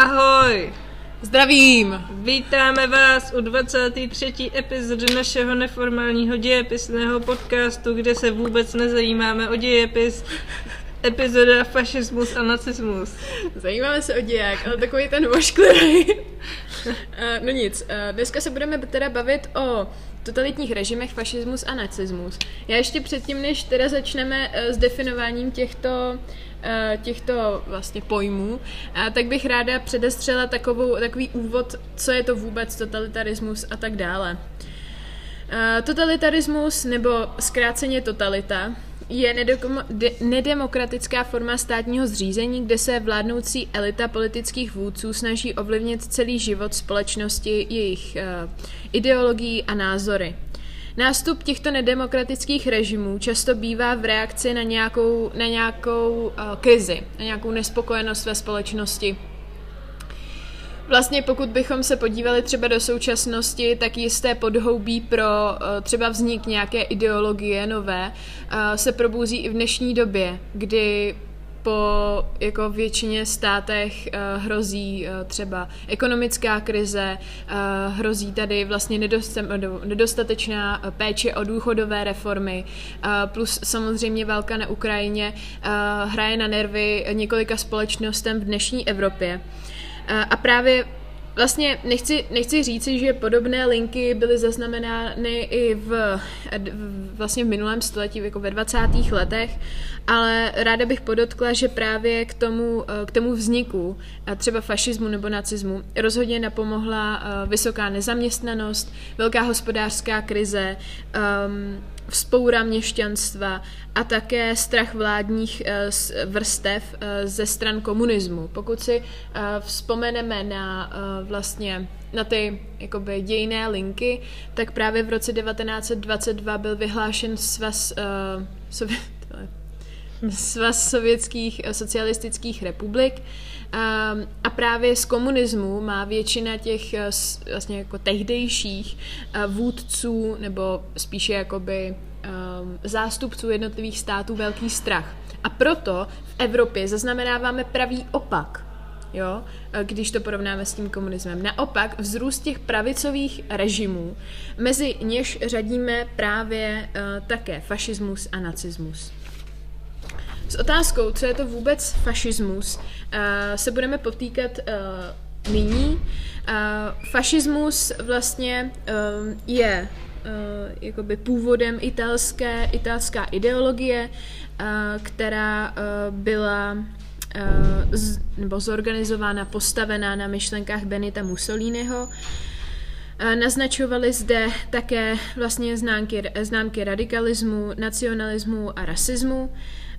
Ahoj! Zdravím! Vítáme vás u 23. epizody našeho neformálního dějepisného podcastu, kde se vůbec nezajímáme o dějepis. Epizoda fašismus a nacismus. Zajímáme se o děják, ale takový ten ošklivý. No nic, dneska se budeme teda bavit o totalitních režimech, fašismus a nacismus. Já ještě předtím, než teda začneme s definováním těchto vlastně pojmů, tak bych ráda předestřela takový úvod, co je to vůbec totalitarismus a tak dále. Totalitarismus, nebo zkráceně totalita, je nedemokratická forma státního zřízení, kde se vládnoucí elita politických vůdců snaží ovlivnit celý život společnosti, jejich ideologií a názory. Nástup těchto nedemokratických režimů často bývá v reakci na nějakou krizi, na nějakou nespokojenost ve společnosti. Vlastně pokud bychom se podívali třeba do současnosti, tak jisté podhoubí pro třeba vznik nějaké ideologie nové se probouzí i v dnešní době, kdy po jako většině státech hrozí třeba ekonomická krize, hrozí tady vlastně nedostatečná péče o důchodové reformy, plus samozřejmě válka na Ukrajině hraje na nervy několika společnostem v dnešní Evropě. A právě vlastně nechci říci, že podobné linky byly zaznamenány i vlastně v minulém století, jako ve 20. letech, ale ráda bych podotkla, že právě k tomu vzniku třeba fašismu nebo nacismu rozhodně napomohla vysoká nezaměstnanost, velká hospodářská krize, vzpoura měšťanstva a také strach vládních vrstev ze stran komunismu. Pokud si vzpomeneme na ty jakoby dějinné linky, tak právě v roce 1922 byl vyhlášen Svaz sovětských socialistických republik a právě z komunismu má většina těch vlastně jako tehdejších vůdců nebo spíše jakoby zástupců jednotlivých států velký strach. A proto v Evropě zaznamenáváme pravý opak, jo? Když to porovnáme s tím komunismem. Naopak vzrůst těch pravicových režimů, mezi něž řadíme právě také fašismus a nacismus. S otázkou, co je to vůbec fašismus, se budeme potýkat nyní. Fašismus vlastně je jakoby původem italská ideologie, která byla zorganizována, postavená na myšlenkách Benita Mussoliniho. Naznačovaly zde také vlastně známky radikalismu, nacionalismu a rasismu.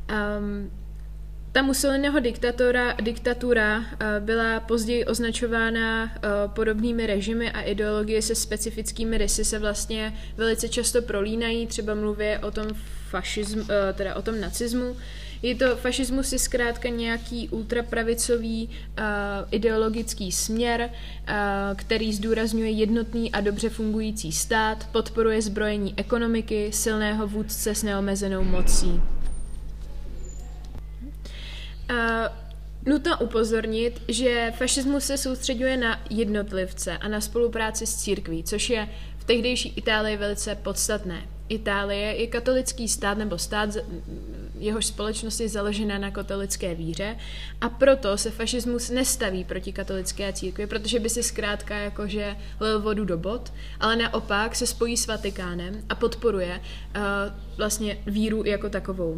Ta Mussoliniho diktatura byla později označována podobnými režimy a ideologie se specifickými rysy se vlastně velice často prolínají, třeba mluvě o tom o tom nacismu. Fašismus je zkrátka nějaký ultrapravicový ideologický směr, který zdůrazňuje jednotný a dobře fungující stát, podporuje zbrojení ekonomiky, silného vůdce s neomezenou mocí. Nutno upozornit, že fašismus se soustřeďuje na jednotlivce a na spolupráci s církví, což je v tehdejší Itálii velice podstatné. Itálie je katolický stát nebo stát, jehož společnost je založena na katolické víře a proto se fašismus nestaví proti katolické církvi, protože by si zkrátka jakože lil vodu do bod, ale naopak se spojí s Vatikánem a podporuje vlastně víru jako takovou.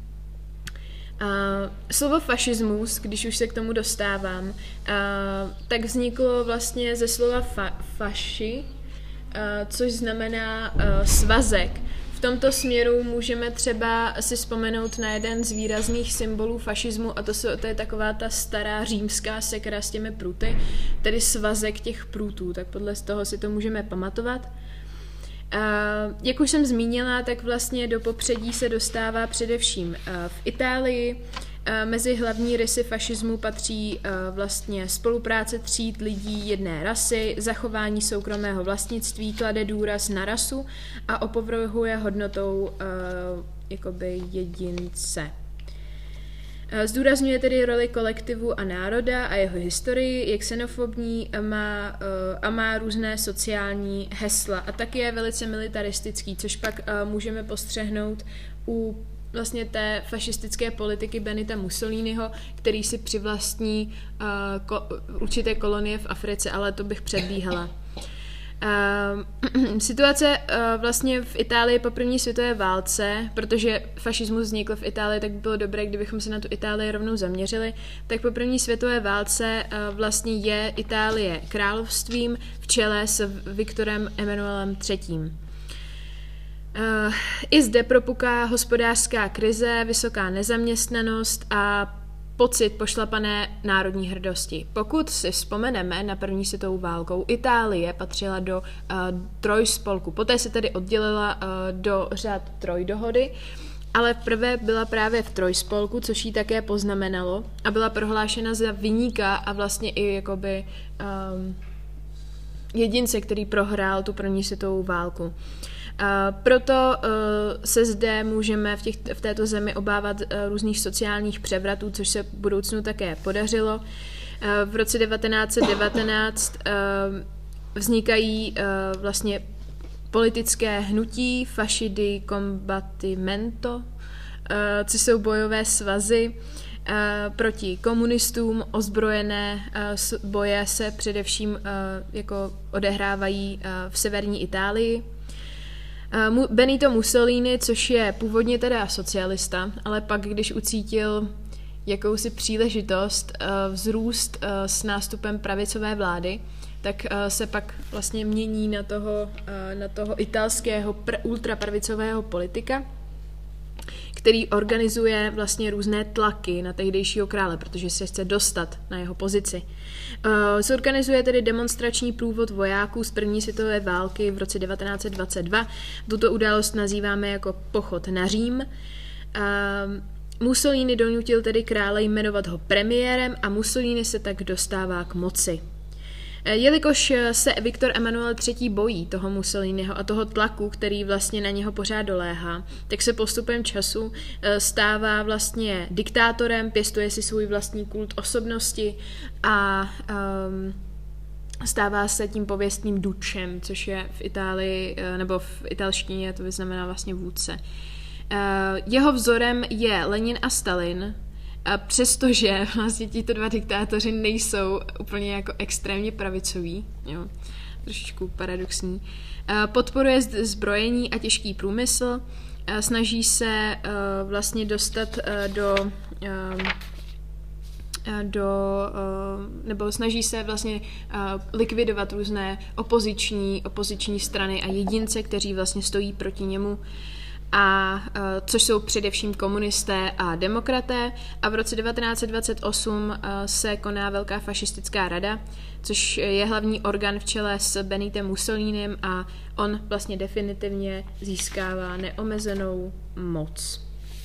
Slovo fašismus, když už se k tomu dostávám, tak vzniklo vlastně ze slova faši, což znamená svazek. V tomto směru můžeme třeba si vzpomenout na jeden z výrazných symbolů fašismu a to je taková ta stará římská sekra s těmi pruty, tedy svazek těch prutů, tak podle toho si to můžeme pamatovat. Jak už jsem zmínila, tak vlastně do popředí se dostává především v Itálii. Mezi hlavní rysy fašismu patří vlastně spolupráce tříd lidí jedné rasy, zachování soukromého vlastnictví, klade důraz na rasu a opovrhuje hodnotou jakoby jedince. Zdůrazňuje tedy roli kolektivu a národa a jeho historii, je xenofobní a má různé sociální hesla a taky je velice militaristický, což pak můžeme postřehnout u vlastně té fašistické politiky Benita Mussoliniho, který si přivlastní určité kolonie v Africe, ale to bych předbíhala. Situace vlastně v Itálii po první světové válce, protože fašismus vznikl v Itálii, tak by bylo dobré, kdybychom se na tu Itálii rovnou zaměřili, tak po první světové válce vlastně je Itálie královstvím v čele s Viktorem Emanuelem III. I zde propuká hospodářská krize, vysoká nezaměstnanost a pocit pošlapané národní hrdosti. Pokud si vzpomeneme na první světovou válku, Itálie patřila do trojspolku, poté se tedy oddělila do řad trojdohody, ale vprve byla právě v trojspolku, což jí také poznamenalo a byla prohlášena za viníka a vlastně i jakoby jedince, který prohrál tu první světovou válku. Proto se zde můžeme v této zemi obávat různých sociálních převratů, což se v budoucnu také podařilo. V roce 1919 vznikají vlastně politické hnutí Fasci di Combattimento, což jsou bojové svazy proti komunistům. Ozbrojené boje se především jako odehrávají v severní Itálii. Benito Mussolini, což je původně teda socialista, ale pak, když ucítil jakousi příležitost vzrůst s nástupem pravicové vlády, tak se pak vlastně mění na toho italského ultrapravicového politika, který organizuje vlastně různé tlaky na tehdejšího krále, protože se chce dostat na jeho pozici. Zorganizuje tedy demonstrační průvod vojáků z první světové války v roce 1922. Tuto událost nazýváme jako pochod na Řím. Mussolini donutil tedy krále jmenovat ho premiérem a Mussolini se tak dostává k moci. Jelikož se Viktor Emanuel III. Bojí toho Mussoliniho a toho tlaku, který vlastně na něho pořád doléhá, tak se postupem času stává vlastně diktátorem, pěstuje si svůj vlastní kult osobnosti a stává se tím pověstným dučem, což je v Itálii, nebo v italštině to znamená vlastně vůdce. Jeho vzorem je Lenin a Stalin, a přestože vlastně tito dva diktátoři nejsou úplně jako extrémně pravicoví, jo, trošičku paradoxní, podporuje zbrojení a těžký průmysl, snaží se vlastně dostat nebo snaží se vlastně likvidovat různé opoziční strany a jedince, kteří vlastně stojí proti němu, což jsou především komunisté a demokraté. A v roce 1928 se koná Velká fašistická rada, což je hlavní orgán v čele s Benitem Mussolinem a on vlastně definitivně získává neomezenou moc.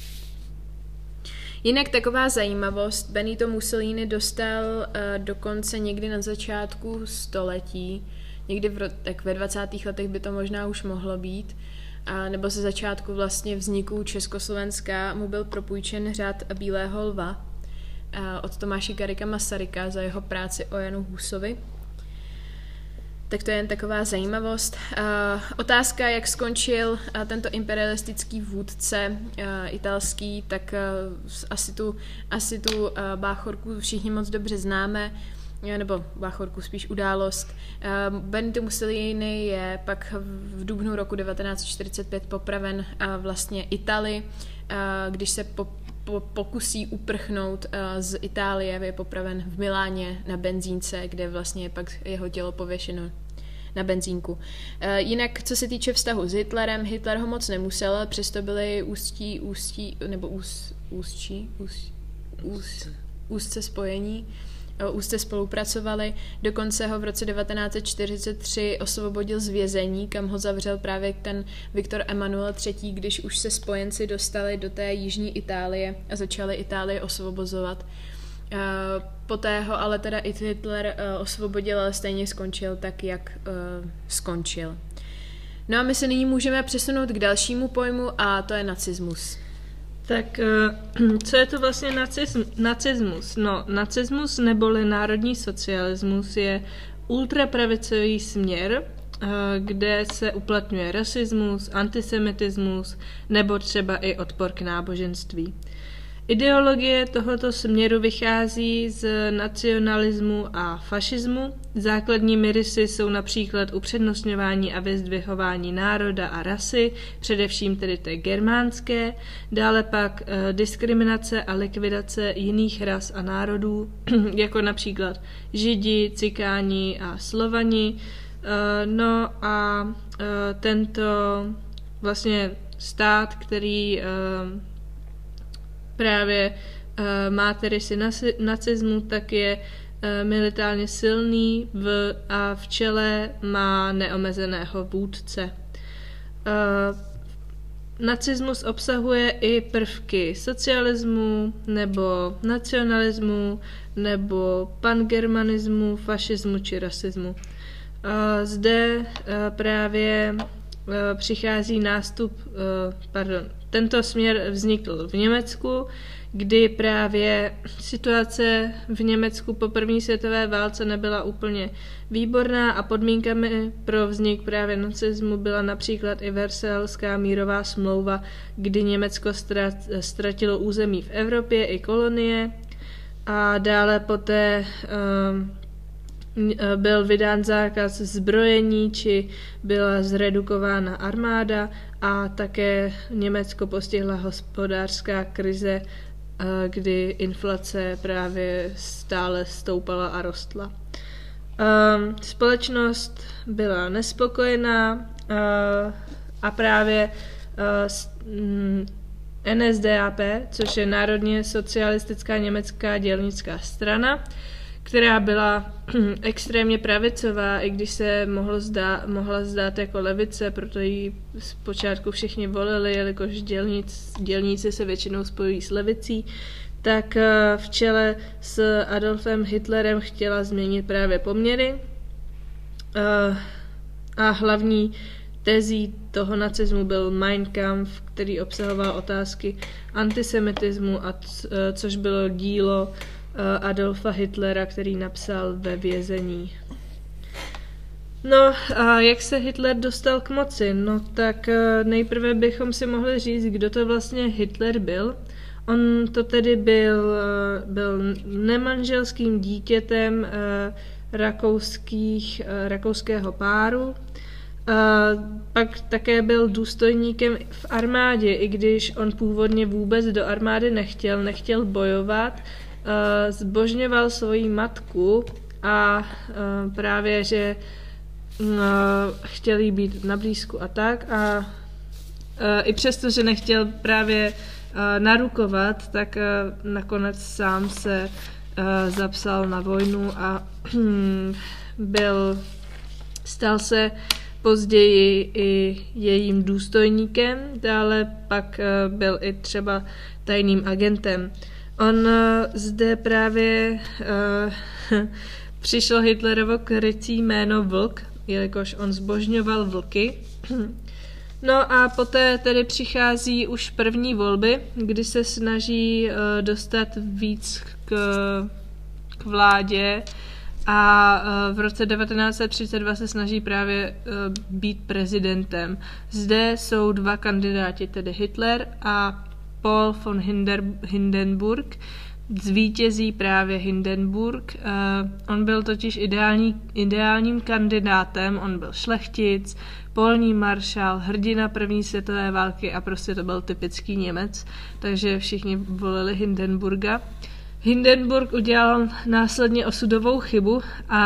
Jinak taková zajímavost, Benito Mussolini dostal dokonce někdy na začátku století, někdy tak ve 20. letech by to možná už mohlo být, nebo ze začátku vlastně vzniku Československa mu byl propůjčen řád Bílého lva od Tomáše Garrigua Masaryka za jeho práci o Janu Husovi. Tak to je jen taková zajímavost. Otázka, jak skončil tento imperialistický vůdce italský, tak asi tu báchorku všichni moc dobře známe, nebo báchorku, spíš událost. Benito Mussolini je pak v dubnu roku 1945 popraven vlastně Itálii, když se pokusí uprchnout z Itálie, je popraven v Miláně na benzínce, kde vlastně je pak jeho tělo pověšeno na benzínku. Jinak, co se týče vztahu s Hitlerem, Hitler ho moc nemusel, přesto byli úzce spojení, úzce spolupracovali, dokonce ho v roce 1943 osvobodil z vězení, kam ho zavřel právě ten Viktor Emanuel III., když už se spojenci dostali do té jižní Itálie a začali Itálii osvobozovat. Poté ho ale teda i Hitler osvobodil, ale stejně skončil tak, jak skončil. No a my se nyní můžeme přesunout k dalšímu pojmu a to je nacismus. Tak co je to vlastně nacismus? No, nacismus neboli národní socialismus je ultrapravicový směr, kde se uplatňuje rasismus, antisemitismus nebo třeba i odpor k náboženství. Ideologie tohoto směru vychází z nacionalismu a fašismu. Základními rysy jsou například upřednostňování a vyzdvihování národa a rasy, především tedy té germánské, dále pak diskriminace a likvidace jiných ras a národů, jako například Židi, Cikáni a Slovani. No a tento vlastně stát, který právě má tedy rysy nacismu, tak je militárně silný a v čele má neomezeného vůdce. Nacismus obsahuje i prvky socialismu nebo nacionalismu nebo pangermanismu, fašismu či rasismu. Zde právě přichází tento směr vznikl v Německu, kdy právě situace v Německu po první světové válce nebyla úplně výborná a podmínkami pro vznik právě nacismu byla například i Versailleská mírová smlouva, kdy Německo ztratilo území v Evropě i kolonie a dále poté byl vydán zákaz zbrojení, či byla zredukována armáda a také Německo postihla hospodářská krize, kdy inflace právě stále stoupala a rostla. Společnost byla nespokojená a právě NSDAP, což je Národně socialistická německá dělnická strana, která byla extrémně pravicová, i když se mohla zdát jako levice, proto ji zpočátku všichni volili, jelikož dělníci se většinou spojují s levicí, tak v čele s Adolfem Hitlerem chtěla změnit právě poměry a hlavní tezí toho nacismu byl Mein Kampf, který obsahoval otázky antisemitismu, což bylo dílo Adolfa Hitlera, který napsal ve vězení. No a jak se Hitler dostal k moci? No tak nejprve bychom si mohli říct, kdo to vlastně Hitler byl. On to tedy byl nemanželským dítětem rakouského páru. Pak také byl důstojníkem v armádě, i když on původně vůbec do armády nechtěl bojovat, zbožňoval svoji matku a právě, že chtěl jí být na blízku a tak a i přesto, že nechtěl právě narukovat, tak nakonec sám se zapsal na vojnu a stal se později i jejím důstojníkem, dále pak byl i třeba tajným agentem. On zde právě přišlo Hitlerovo krycí jméno Vlk, jelikož on zbožňoval vlky. No a poté tedy přichází už první volby, kdy se snaží dostat víc k vládě a v roce 1932 se snaží právě být prezidentem. Zde jsou dva kandidáti, tedy Hitler a Paul von Hindenburg. Zvítězí právě Hindenburg. On byl totiž ideálním kandidátem, on byl šlechtic, polní maršál, hrdina první světové války a prostě to byl typický Němec, takže všichni volili Hindenburga. Hindenburg udělal následně osudovou chybu a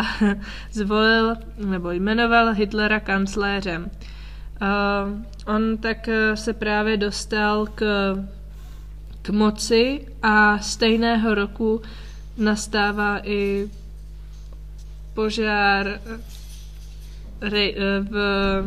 jmenoval Hitlera kancléřem. On tak se právě dostal k moci a stejného roku nastává i požár v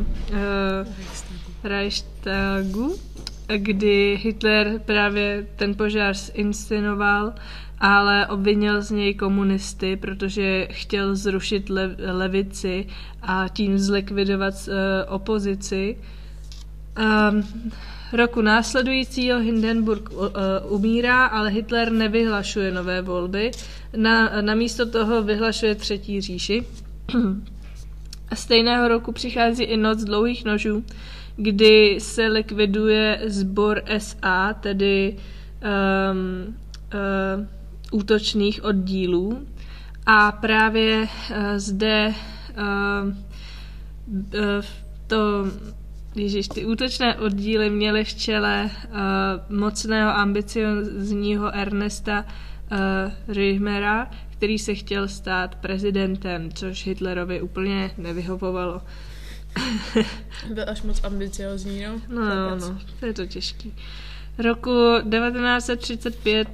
Reichstagu, kdy Hitler právě ten požár zinscenoval, ale obvinil z něj komunisty, protože chtěl zrušit levici a tím zlikvidovat opozici. Roku následujícího Hindenburg umírá, ale Hitler nevyhlašuje nové volby. Namísto toho vyhlašuje Třetí říši. A stejného roku přichází i Noc dlouhých nožů, kdy se likviduje sbor SA, tedy útočných oddílů. A právě zde ty útočné oddíly měly v čele mocného ambiciozního Ernesta Römera, který se chtěl stát prezidentem, což Hitlerovi úplně nevyhovovalo. Byl až moc ambiciozní, no? No, to je to těžký. Roku 1935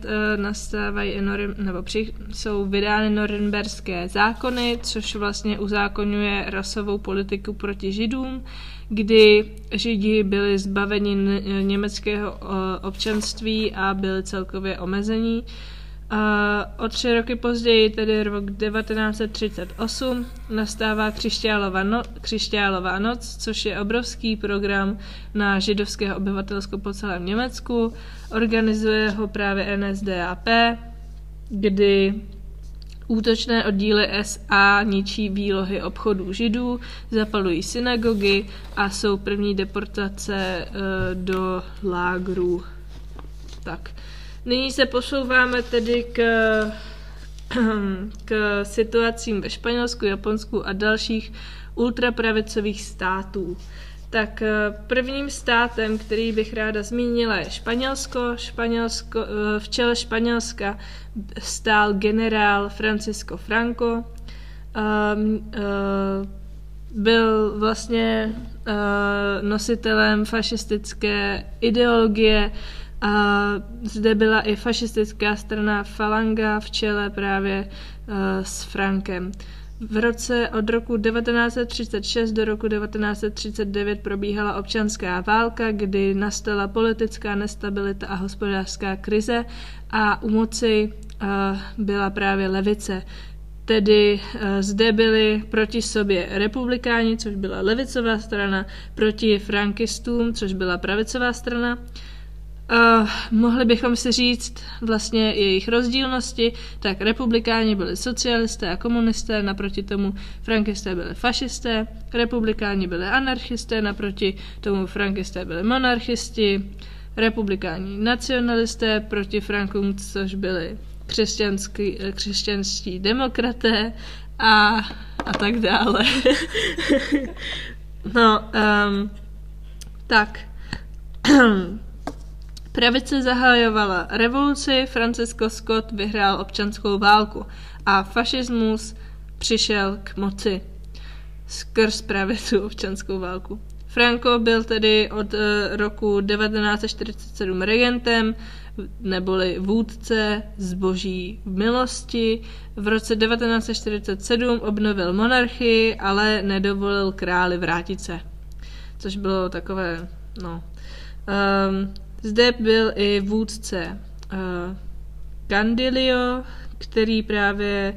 jsou vydány norimberské zákony, což vlastně uzákonňuje rasovou politiku proti Židům, kdy Židi byli zbaveni německého občanství a byli celkově omezení. O 3 roky později, tedy rok 1938, nastává Křišťálová noc, což je obrovský program na židovského obyvatelstvo po celém Německu. Organizuje ho právě NSDAP, kdy útočné oddíly SA ničí výlohy obchodů Židů, zapalují synagogy a jsou první deportace do lágrů. Tak. Nyní se posouváme tedy k situacím ve Španělsku, Japonsku a dalších ultrapravicových států. Tak prvním státem, který bych ráda zmínila, je Španělsko. V čele Španělska stál generál Francisco Franco. Byl vlastně nositelem fašistické ideologie. A zde byla i fašistická strana Falanga v čele právě s Frankem. Od roku 1936 do roku 1939 probíhala občanská válka, kdy nastala politická nestabilita a hospodářská krize a u moci byla právě levice. Tedy zde byli proti sobě republikáni, což byla levicová strana, proti frankistům, což byla pravicová strana. Mohli bychom si říct vlastně jejich rozdílnosti, tak republikáni byli socialisté a komunisté, naproti tomu frankisté byli fašisté, republikáni byli anarchisté, naproti tomu frankisté byli monarchisti, republikáni nacionalisté, proti Frankům, což byli křesťanští demokraté a tak dále. Tak. Pravice zahajovala revoluci, Francisco Scott vyhrál občanskou válku a fašismus přišel k moci skrz právě tu občanskou válku. Franco byl tedy od roku 1947 regentem, neboli vůdce zboží v milosti. V roce 1947 obnovil monarchii, ale nedovolil králi vrátit se. Což bylo takové, zde byl i vůdce Candillo, který právě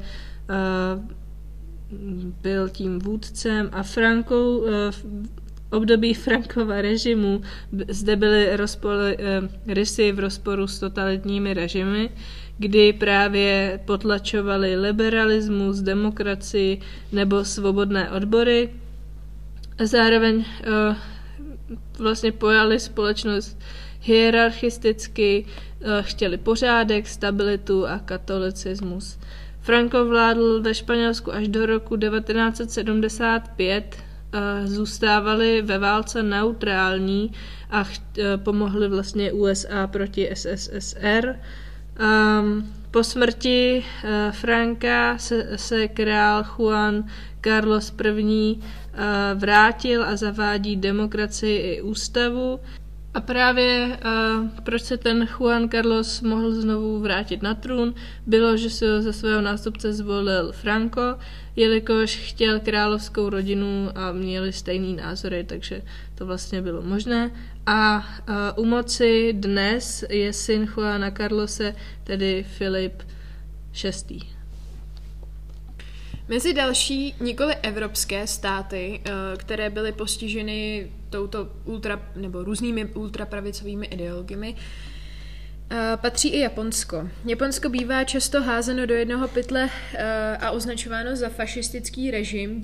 byl tím vůdcem a Franco v období Frankova režimu zde byly rysy v rozporu s totalitními režimy, kdy právě potlačovali liberalismus, demokracii nebo svobodné odbory a zároveň vlastně pojali společnost hierarchisticky, chtěli pořádek, stabilitu a katolicismus. Franco vládl ve Španělsku až do roku 1975, zůstávali ve válce neutrální a pomohli vlastně USA proti SSSR. Po smrti Franka se král Juan Carlos I. Vrátil a zavádí demokracii i ústavu. A právě proč se ten Juan Carlos mohl znovu vrátit na trůn, bylo, že se za svého nástupce zvolil Franco, jelikož chtěl královskou rodinu a měli stejný názory, takže to vlastně bylo možné. A u moci dnes je syn Juana Carlose, tedy Filip VI. Mezi další nikoli evropské státy, které byly postiženy touto různými ultrapravicovými ideologiemi, patří i Japonsko. Japonsko bývá často házeno do jednoho pytle a označováno za fašistický režim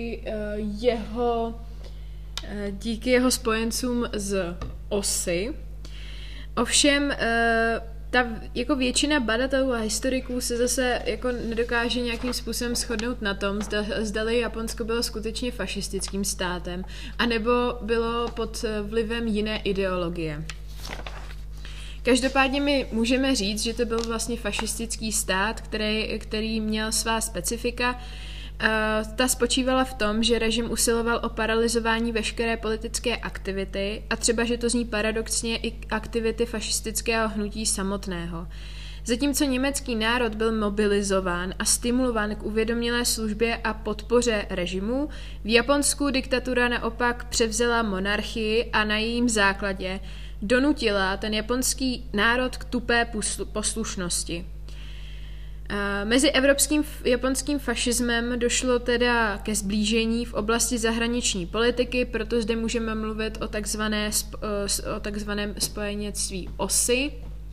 díky jeho spojencům z OSY. Ovšem, jako většina badatelů a historiků se zase jako nedokáže nějakým způsobem shodnout na tom, zdali Japonsko bylo skutečně fašistickým státem, anebo bylo pod vlivem jiné ideologie. Každopádně my můžeme říct, že to byl vlastně fašistický stát, který měl svá specifika. Ta spočívala v tom, že režim usiloval o paralyzování veškeré politické aktivity a třeba, že to zní paradoxně, i aktivity fašistického hnutí samotného. Zatímco německý národ byl mobilizován a stimulován k uvědomělé službě a podpoře režimu, v Japonsku diktatura naopak převzala monarchii a na jejím základě donutila ten japonský národ k tupé poslušnosti. Mezi evropským japonským fašismem došlo teda ke zblížení v oblasti zahraniční politiky, proto zde můžeme mluvit o takzvaném spojenectví OSY,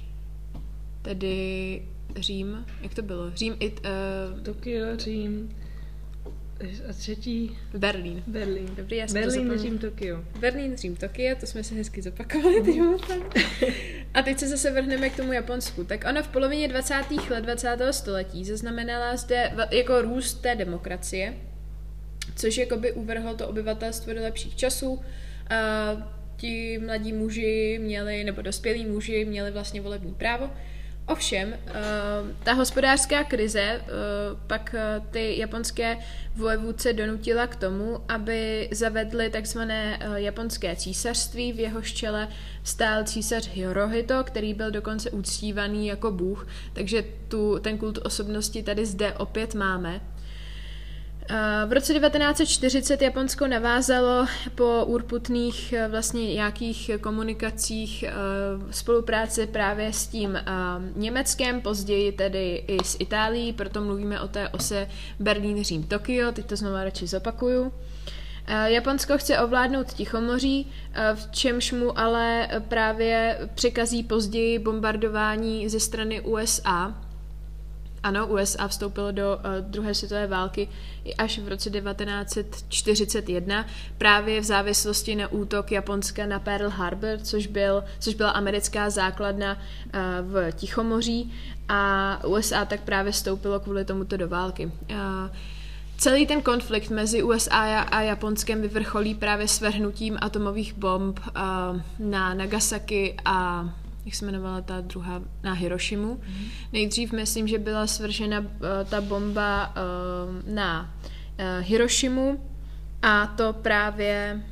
tedy Řím, jak to bylo? Tokio, Řím a třetí... Berlín. Dobrý, já jsem Berlín, Řím, Tokio. Berlín, Řím, Tokio, to jsme si hezky zopakovali. A teď se zase vrhneme k tomu Japonsku. Tak ono v polovině 20. let 20. století zaznamenala zde jako růst té demokracie, což jakoby uvrhlo to obyvatelstvo do lepších časů. Ti mladí muži měli, nebo dospělí muži měli vlastně volební právo. Ovšem, ta hospodářská krize pak ty japonské vojevůdce donutila k tomu, aby zavedli takzvané japonské císařství, v jehož čele stál císař Hirohito, který byl dokonce uctívaný jako bůh, takže ten kult osobnosti tady zde opět máme. V roce 1940 Japonsko navázalo po urputných vlastně nějakých komunikacích spolupráci právě s tím Německem, později tedy i s Itálií, proto mluvíme o té ose Berlín, Řím, Tokio, teď to znovu radši zopakuju. Japonsko chce ovládnout Tichomoří, v čemž mu ale právě překazí později bombardování ze strany USA. Ano, USA vstoupilo do druhé světové války až v roce 1941, právě v závislosti na útok Japonska na Pearl Harbor, což byla americká základna v Tichomoří, a USA tak právě vstoupilo kvůli tomuto do války. Celý ten konflikt mezi USA a Japonskem vyvrcholí právě svrhnutím atomových bomb na Nagasaki a jak se jmenovala ta druhá, na Hirošimu. Nejdřív myslím, že byla svržena ta bomba na Hirošimu, a to právě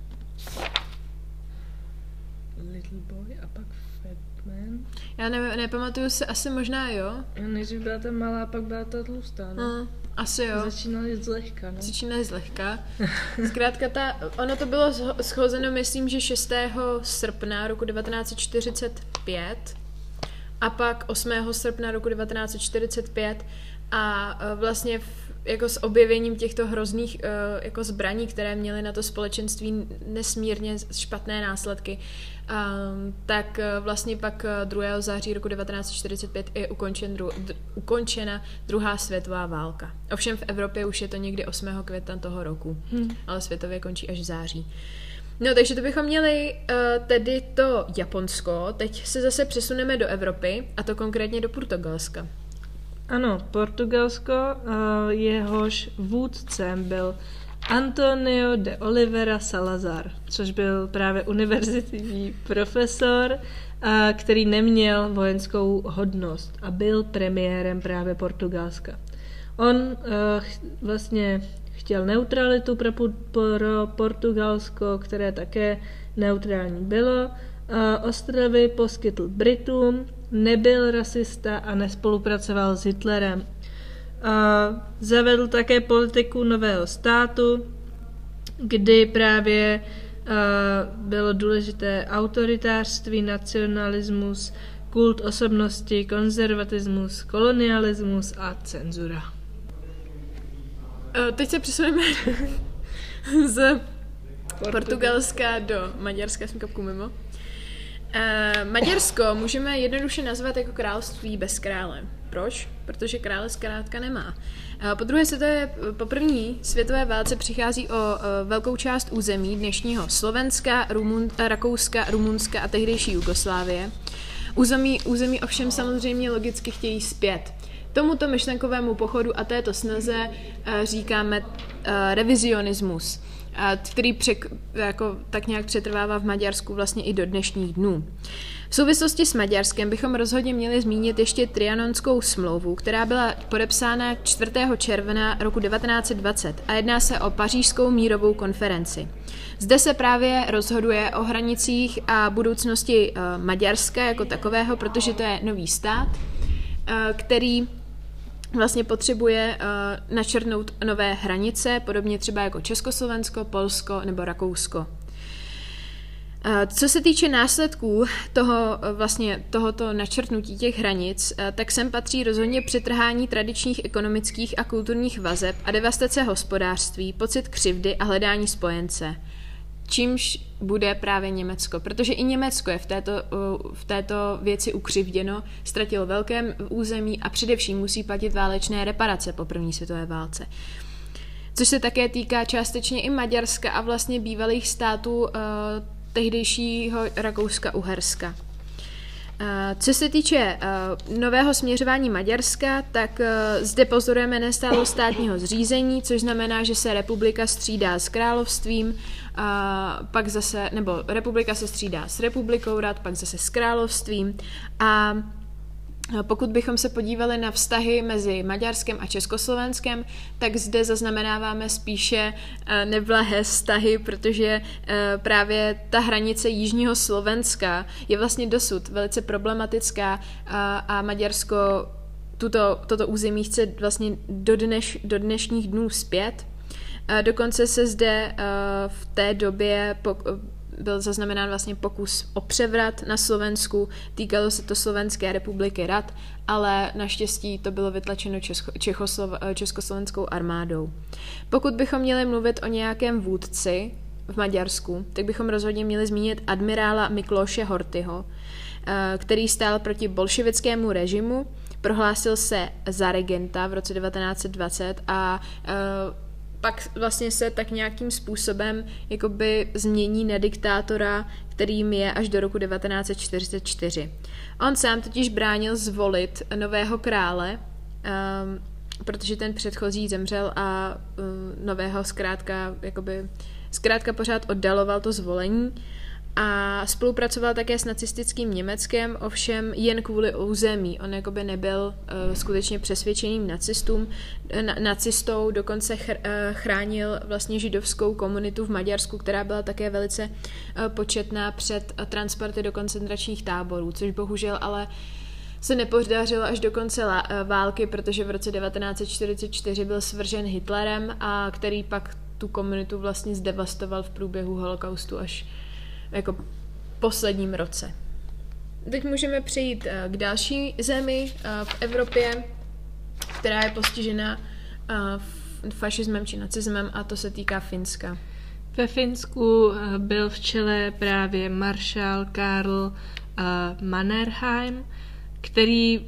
Little Boy a pak Fatman. Já nepamatuju se, asi možná jo. Nejdřív byla ta malá, a pak byla ta tlustá, no? Asi jo. Začínali zlehka. Zkrátka ono to bylo schozeno, myslím, že 6. srpna roku 1945 a pak 8. srpna roku 1945 a vlastně jako s objevením těchto hrozných jako zbraní, které měly na to společenství nesmírně špatné následky, tak vlastně pak 2. září roku 1945 je ukončena druhá světová válka. Ovšem v Evropě už je to někdy 8. května toho roku, ale světově končí až v září. No, takže to bychom měli tedy to Japonsko. Teď se zase přesuneme do Evropy, a to konkrétně do Portugalska. Ano, Portugalsko, jehož vůdcem byl Antonio de Oliveira Salazar, což byl právě univerzitní profesor, který neměl vojenskou hodnost a byl premiérem právě Portugalska. On vlastně chtěl neutralitu pro Portugalsko, které také neutrální bylo. Ostrovy poskytl Britům, nebyl rasista a nespolupracoval s Hitlerem. Zavedl také politiku nového státu, kdy právě bylo důležité autoritářství, nacionalismus, kult osobnosti, konzervatismus, kolonialismus a cenzura. Teď se přesuneme z Portugalska do Maďarska, jsem kapku mimo. Maďarsko můžeme jednoduše nazvat jako království bez krále. Proč? Protože krále zkrátka nemá. Po první světové válce přichází o velkou část území dnešního Slovenska, Rakouska, Rumunska a tehdejší Jugoslávie. Území ovšem samozřejmě logicky chtějí zpět. Tomuto myšlenkovému pochodu a této snaze říkáme revizionismus, který tak nějak přetrvává v Maďarsku vlastně i do dnešních dnů. V souvislosti s Maďarskem bychom rozhodně měli zmínit ještě Trianonskou smlouvu, která byla podepsána 4. června roku 1920 a jedná se o Pařížskou mírovou konferenci. Zde se právě rozhoduje o hranicích a budoucnosti Maďarska jako takového, protože to je nový stát, který vlastně potřebuje načrtnout nové hranice, podobně třeba jako Československo, Polsko nebo Rakousko. Co se týče následků tohoto načrtnutí těch hranic, tak sem patří rozhodně přetrhání tradičních ekonomických a kulturních vazeb a devastace hospodářství, pocit křivdy a hledání spojence. Čímž bude právě Německo, protože i Německo je v této věci ukřivděno, ztratilo velké území a především musí platit válečné reparace po první světové válce. Což se také týká částečně i Maďarska a vlastně bývalých států tehdejšího Rakouska-Uherska. Co se týče nového směřování Maďarska, tak zde pozorujeme nestálost státního zřízení, což znamená, že se republika střídá s královstvím, republika se střídá s republikou rad, pak zase s královstvím a pokud bychom se podívali na vztahy mezi Maďarskem a Československem, tak zde zaznamenáváme spíše neblahé vztahy, protože právě ta hranice jižního Slovenska je vlastně dosud velice problematická a Maďarsko toto území chce vlastně do dnešních dnů zpět. Dokonce se zde v té době byl zaznamenán vlastně pokus o převrat na Slovensku, týkalo se to Slovenské republiky rad, ale naštěstí to bylo vytlačeno československou armádou. Pokud bychom měli mluvit o nějakém vůdci v Maďarsku, tak bychom rozhodně měli zmínit admirála Miklóše Horthyho, který stál proti bolševickému režimu, prohlásil se za regenta v roce 1920 a pak vlastně se tak nějakým způsobem jakoby změní na diktátora, kterým je až do roku 1944. On sám totiž bránil zvolit nového krále, protože ten předchozí zemřel a nového zkrátka pořád oddaloval to zvolení a spolupracoval také s nacistickým Německem, ovšem jen kvůli území. On jakoby nebyl skutečně přesvědčeným nacistou, dokonce chránil vlastně židovskou komunitu v Maďarsku, která byla také velice početná před transporty do koncentračních táborů, což bohužel ale se nepodařilo až do konce války, protože v roce 1944 byl svržen Hitlerem, a který pak tu komunitu vlastně zdevastoval v průběhu holokaustu až jako posledním roce. Teď můžeme přejít k další zemi v Evropě, která je postižena fašismem či nacismem, a to se týká Finska. Ve Finsku byl v čele právě maršál Karl Mannerheim, který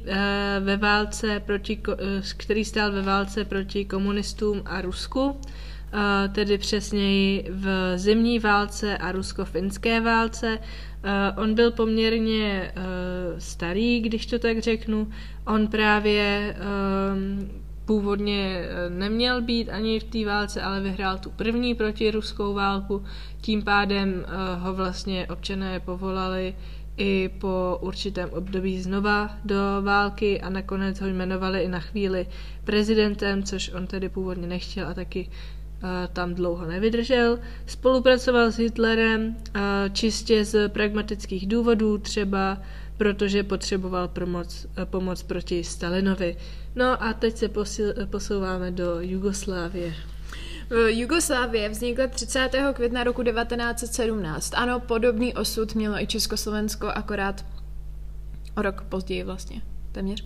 stál ve válce proti komunistům a Rusku, tedy přesněji v zimní válce a rusko-finské válce. On byl poměrně starý, když to tak řeknu. On právě původně neměl být ani v té válce, ale vyhrál tu první protiruskou válku. Tím pádem ho vlastně občané povolali i po určitém období znova do války a nakonec ho jmenovali i na chvíli prezidentem, což on tedy původně nechtěl a taky tam dlouho nevydržel. Spolupracoval s Hitlerem čistě z pragmatických důvodů, třeba protože potřeboval pomoc proti Stalinovi. No a teď se posouváme do Jugoslávie. Jugoslávie vznikla 30. května roku 1917. Ano, podobný osud mělo i Československo, akorát o rok později vlastně, téměř.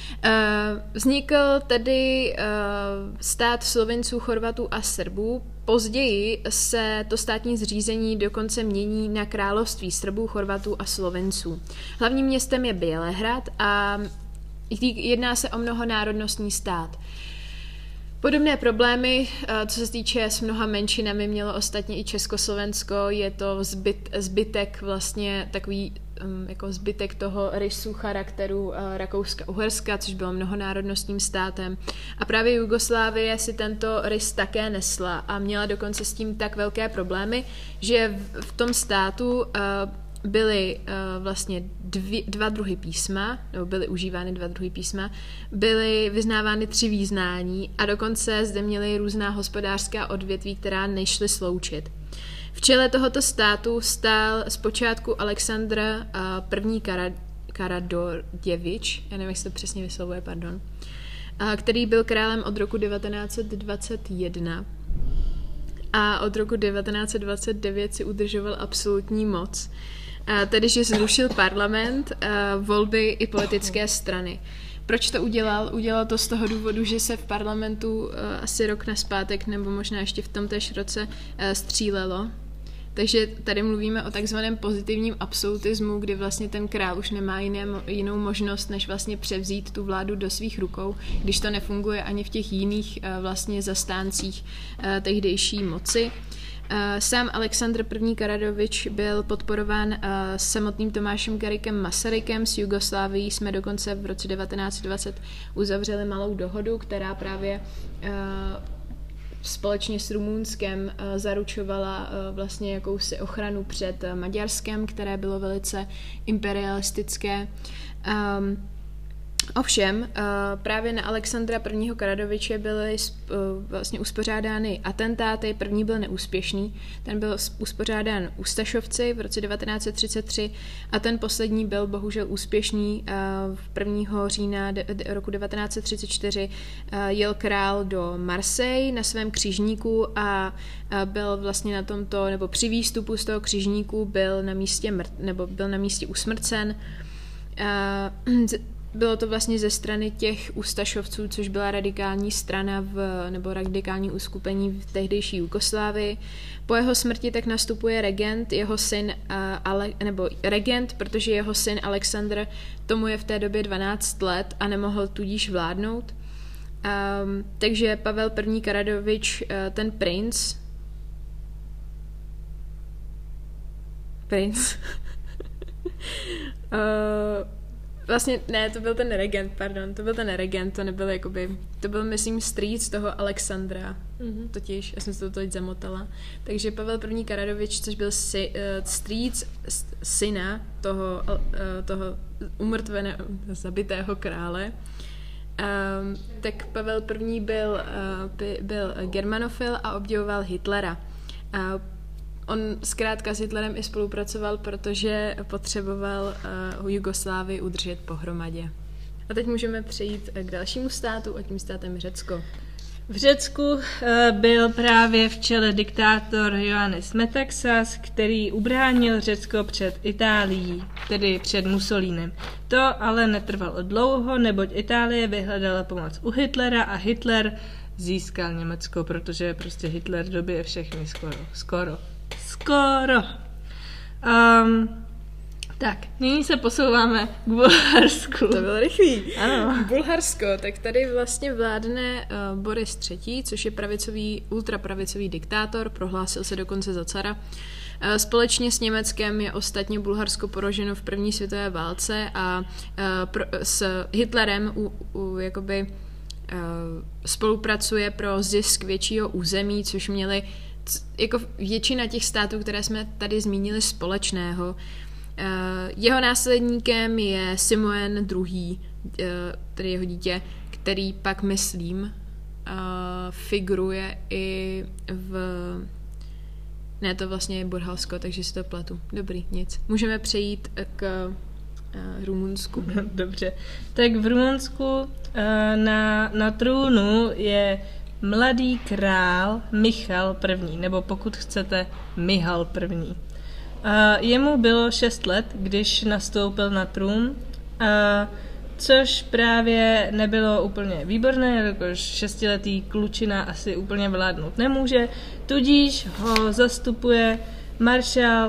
Vznikl tedy stát Slovinců, Chorvatů a Srbů. Později se to státní zřízení dokonce mění na království Srbů, Chorvatů a Slovinců. Hlavním městem je Bělehrad a jedná se o mnohonárodnostní stát. Podobné problémy, co se týče s mnoha menšinami, mělo ostatně i Československo. Je to zbytek vlastně takový jako zbytek toho rysu charakteru Rakouska-Uherska, což bylo mnohonárodnostním státem. A právě Jugoslávie si tento rys také nesla a měla dokonce s tím tak velké problémy, že v tom státu byly vlastně dva druhy písma, nebo byly užívány dva druhy písma, byly vyznávány 3 vyznání a dokonce zde měly různá hospodářská odvětví, která nešly sloučit. V čele tohoto státu stál zpočátku Aleksandr I. Karađorđević, já nevím, jak se to přesně vyslovuje, pardon, který byl králem od roku 1921 a od roku 1929 si udržoval absolutní moc. Tedy, že zrušil parlament, volby i politické strany. Proč to udělal? Udělal to z toho důvodu, že se v parlamentu asi rok nazpátek, nebo možná ještě v tomtéž roce střílelo. Takže tady mluvíme o takzvaném pozitivním absolutismu, kdy vlastně ten král už nemá jinou možnost, než vlastně převzít tu vládu do svých rukou, když to nefunguje ani v těch jiných vlastně zastáncích tehdejší moci. Sám Aleksandr I. Karađorđević byl podporován samotným Tomášem Garrigue Masarykem. S Jugoslávií jsme dokonce v roce 1920 uzavřeli malou dohodu, která právě společně s Rumunskem zaručovala vlastně jakousi ochranu před Maďarskem, které bylo velice imperialistické. Ovšem, právě na Alexandra I. Karađorđeviće byly vlastně uspořádány atentáty. První byl neúspěšný, ten byl uspořádán Ustašovci v roce 1933 a ten poslední byl bohužel úspěšný. 1. října roku 1934 jel král do Marseille na svém křižníku a byl vlastně na tomto, nebo při výstupu z toho křižníku byl na místě usmrcen. Bylo to vlastně ze strany těch Ustašovců, což byla radikální strana nebo radikální uskupení v tehdejší Jugoslávii. Po jeho smrti tak nastupuje regent, jeho syn, regent, protože jeho syn Aleksandr, tomu je v té době 12 let a nemohl tudíž vládnout. Takže Pavel I. Karađorđević, ten princ, vlastně, ne, to byl ten regent, to nebyl jakoby, to byl, myslím, strýc toho Alexandra, totiž, já jsem se to teď zamotala. Takže Pavel I. Karađorđević, což byl strýc syna toho umrtveného, zabitého krále, tak Pavel I. byl germanofil a obdivoval Hitlera. On zkrátka s Hitlerem i spolupracoval, protože potřeboval Jugoslávii udržet pohromadě. A teď můžeme přejít k dalšímu státu a tím státem je Řecko. V Řecku byl právě v čele diktátor Ioannis Metaxas, který ubránil Řecko před Itálií, tedy před Mussolínem. To ale netrvalo dlouho, neboť Itálie vyhledala pomoc u Hitlera a Hitler získal Německo, protože prostě Hitler dobije všechny skoro. Tak, nyní se posouváme k Bulharsku. To bylo rychlý. Ano. Bulharsko, tak tady vlastně vládne Boris III., což je ultrapravicový diktátor, prohlásil se dokonce za cara. Společně s Německem je ostatně Bulharsko poraženo v první světové válce a s Hitlerem spolupracuje pro zisk většího území, což měli jako většina těch států, které jsme tady zmínili, společného. Jeho následníkem je Simeon II., tedy jeho dítě, který pak, myslím, figuruje i Ne, to vlastně je Bulharsko, takže si to pletu. Dobrý, nic. Můžeme přejít k Rumunsku. Dobře. Tak v Rumunsku na trůnu je mladý král Michal I., nebo pokud chcete Mihal I. Jemu bylo 6 let, když nastoupil na trůn. což právě nebylo úplně výborné, jelikož 6letý klučina asi úplně vládnout nemůže, tudíž ho zastupuje maršál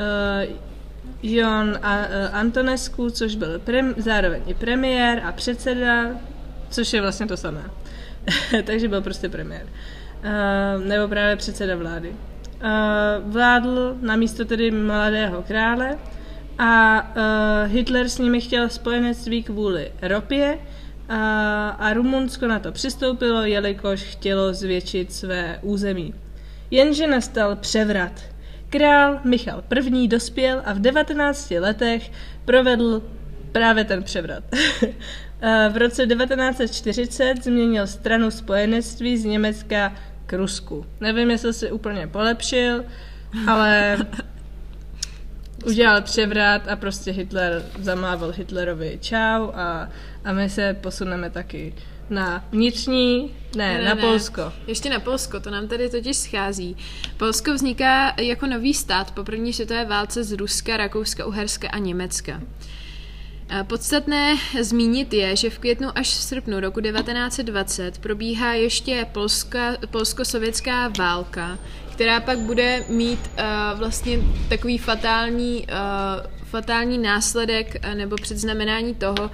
Ion Antonescu, což byl zároveň i premiér a předseda, což je vlastně to samé. Takže byl prostě premiér. Nebo právě předseda vlády. Vládl namísto tedy mladého krále a Hitler s nimi chtěl spojenectví kvůli ropě a Rumunsko na to přistoupilo, jelikož chtělo zvětšit své území. Jenže nastal převrat. Král Michal I. dospěl a v 19 letech provedl právě ten převrat. V roce 1940 změnil stranu spojenectví z Německa k Rusku. Nevím, jestli si úplně polepšil, ale udělal převrat a prostě Hitler zamával Hitlerovi čau a my se posuneme taky na vnitřní, na Polsko. Ještě na Polsko, to nám tady totiž schází. Polsko vzniká jako nový stát po první světové válce z Ruska, Rakouska, Uherska a Německa. Podstatné zmínit je, že v květnu až v srpnu roku 1920 probíhá ještě polsko-sovětská válka, která pak bude mít vlastně takový fatální následek nebo předznamenání toho,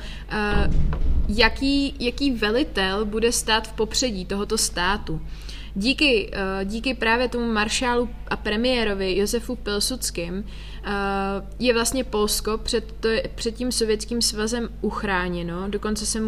jaký velitel bude stát v popředí tohoto státu. Díky právě tomu maršálu a premiérovi Josefu Pilsudským je vlastně Polsko před tím sovětským svazem uchráněno, dokonce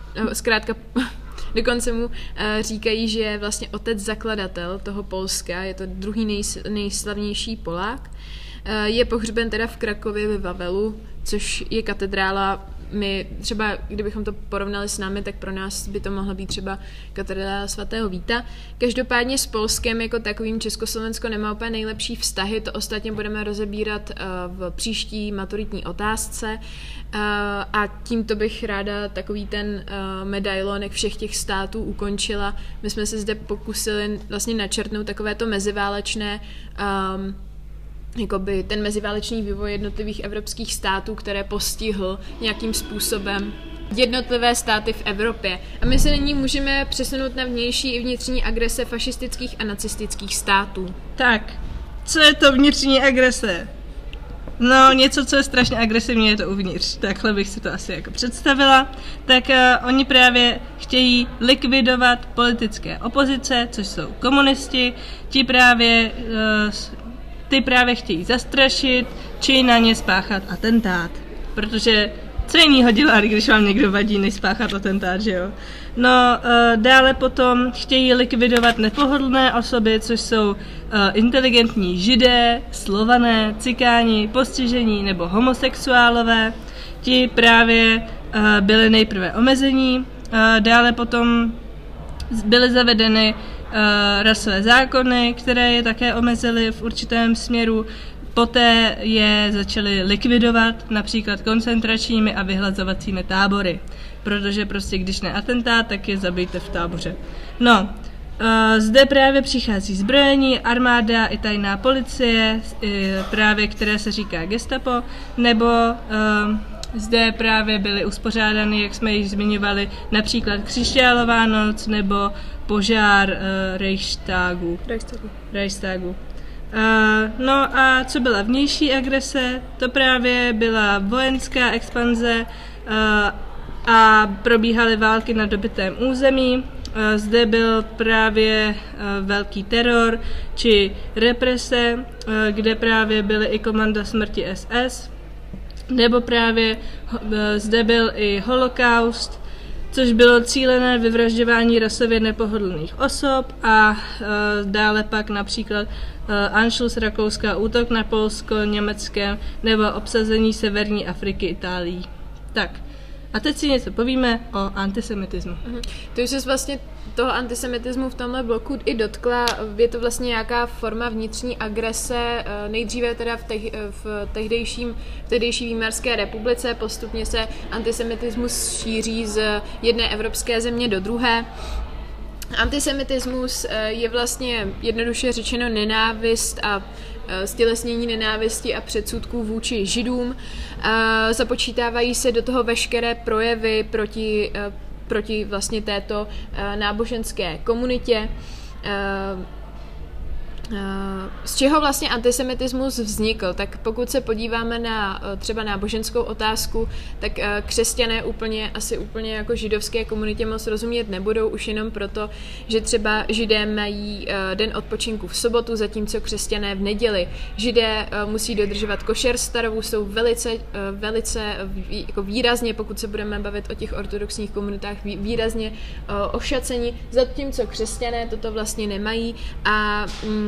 mu říkají, že je vlastně otec zakladatel toho Polska, je to druhý nejslavnější Polák. Je pohřben teda v Krakově ve Wawelu, což je katedrála. My třeba, kdybychom to porovnali s námi, tak pro nás by to mohla být třeba katedrála svatého Víta. Každopádně s Polskem jako takovým Československo nemá úplně nejlepší vztahy, to ostatně budeme rozebírat v příští maturitní otázce a tímto bych ráda takový ten medailonek všech těch států ukončila. My jsme se zde pokusili vlastně načrtnout takovéto meziválečné jakoby ten meziválečný vývoj jednotlivých evropských států, které postihl nějakým způsobem jednotlivé státy v Evropě. A my se nyní můžeme přesunout na vnější i vnitřní agrese fašistických a nacistických států. Tak, co je to vnitřní agrese? No, něco, co je strašně agresivní, je to uvnitř. Takhle bych si to asi jako představila. Tak oni právě chtějí likvidovat politické opozice, což jsou komunisti. Ty právě chtějí zastrašit, či na ně spáchat atentát. Protože co jinýho dělat, když vám někdo vadí, než spáchat atentát, že jo? No, dále potom chtějí likvidovat nepohodlné osoby, což jsou inteligentní Židé, Slované, Cikáni, postižení nebo homosexuálové. Ti právě byli nejprve omezení, dále potom byly zavedeny rasové zákony, které je také omezily v určitém směru. Poté je začaly likvidovat například koncentračními a vyhlazovacími tábory, protože prostě když ne atentát, tak je zabijte v táboře. No, zde právě přichází zbrojení, armáda i tajná policie, právě které se říká gestapo, nebo zde právě byly uspořádány, jak jsme již zmiňovali, například křišťálová noc nebo požár Reichstagu. No a co byla vnější agrese? To právě byla vojenská expanze a probíhaly války na dobytém území. Zde byl právě velký teror či represe, kde právě byly i komanda smrti SS, nebo právě zde byl i holokaust, což bylo cílené vyvražďování rasově nepohodlných osob a dále pak například Anschluss Rakouska, útok na Polsko Německém nebo obsazení severní Afriky Itálií. Tak, a teď si něco povíme o antisemitismu. Ty už jsi vlastně toho antisemitismu v tomhle bloku i dotkla. Je to vlastně nějaká forma vnitřní agrese, nejdříve teda v tehdejší Výmarské republice, postupně se antisemitismus šíří z jedné evropské země do druhé. Antisemitismus je vlastně jednoduše řečeno nenávist a stělesnění nenávisti a předsudků vůči Židům. Započítávají se do toho veškeré projevy proti vlastně této náboženské komunitě. Z čeho vlastně antisemitismus vznikl? Tak pokud se podíváme na třeba náboženskou otázku, tak křesťané asi úplně jako židovské komunitě moc rozumět nebudou, už jenom proto, že třeba Židé mají den odpočinku v sobotu, zatímco křesťané v neděli. Židé musí dodržovat košer starovu, jsou velice jako výrazně, pokud se budeme bavit o těch ortodoxních komunitách, výrazně ošaceni, zatímco křesťané toto vlastně nemají a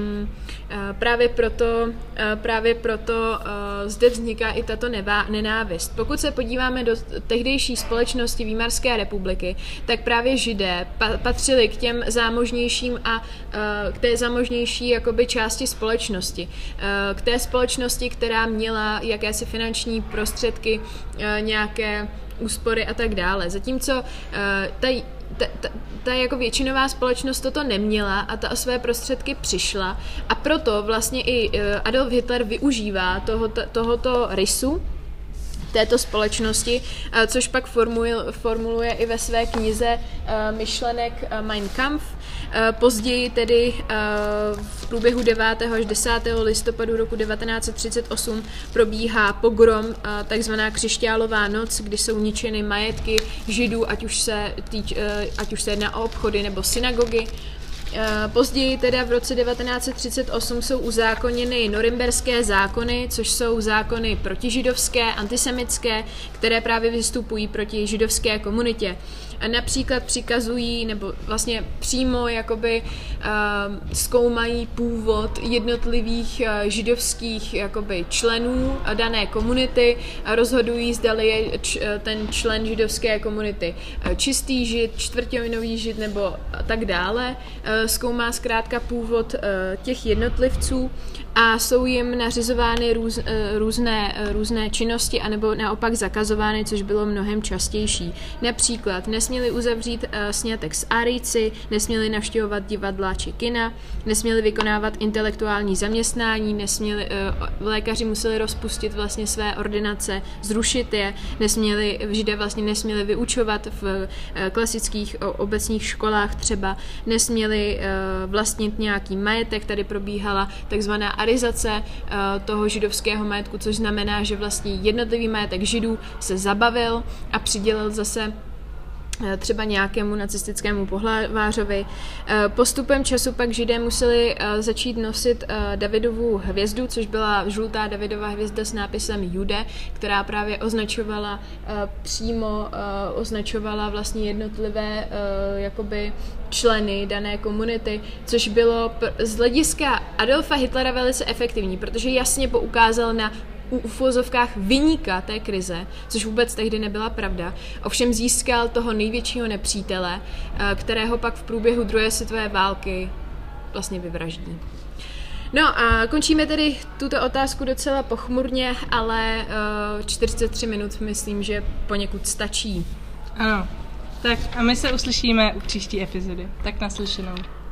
právě proto zde vzniká i tato nenávist. Pokud se podíváme do tehdejší společnosti Výmarské republiky, tak právě Židé patřili k těm zámožnějším a k té zámožnější jakoby části společnosti. K té společnosti, která měla jakési finanční prostředky, nějaké úspory a tak dále. Zatímco ta jako většinová společnost toto neměla a ta o své prostředky přišla a proto vlastně i Adolf Hitler využívá tohoto rysu této společnosti, což pak formuluje i ve své knize myšlenek Mein Kampf. Později tedy v průběhu 9. až 10. listopadu roku 1938 probíhá pogrom, takzvaná křišťálová noc, kdy jsou ničeny majetky Židů, ať už se jedná o obchody nebo synagogy. Později teda v roce 1938 jsou uzákoněny norimberské zákony, což jsou zákony protižidovské, antisemitské, které právě vystupují proti židovské komunitě. Například přikazují, nebo vlastně přímo jakoby zkoumají původ jednotlivých židovských jakoby členů dané komunity a rozhodují, zdali je ten člen židovské komunity čistý žid, čtvrtinový žid nebo tak dále. Zkoumá zkrátka původ těch jednotlivců a jsou jim nařizovány různé činnosti anebo naopak zakazovány, což bylo mnohem častější. Například nesměli uzavřít sňatek s Árijci, nesměli navštěvovat divadla či kina, nesměli vykonávat intelektuální zaměstnání, lékaři museli rozpustit vlastně své ordinace, zrušit je, Židé vlastně nesměli vyučovat v klasických obecních školách třeba, nesměli vlastnit nějaký majetek, tady probíhala takzvaná arizace toho židovského majetku, což znamená, že vlastně jednotlivý majetek Židů se zabavil a přidělil zase třeba nějakému nacistickému pohlavářovi. Postupem času pak Židé museli začít nosit Davidovu hvězdu, což byla žlutá Davidova hvězda s nápisem Jude, která právě označovala vlastně jednotlivé jakoby členy dané komunity, což bylo z hlediska Adolfa Hitlera velice efektivní, protože jasně poukázal na v uvozovkách viníka té krize, což vůbec tehdy nebyla pravda. Ovšem získal toho největšího nepřítele, kterého pak v průběhu druhé světové války vlastně vyvraždí. No a končíme tedy tuto otázku docela pochmurně, ale 43 minut myslím, že poněkud stačí. Ano, tak a my se uslyšíme u příští epizody. Tak naslyšenou.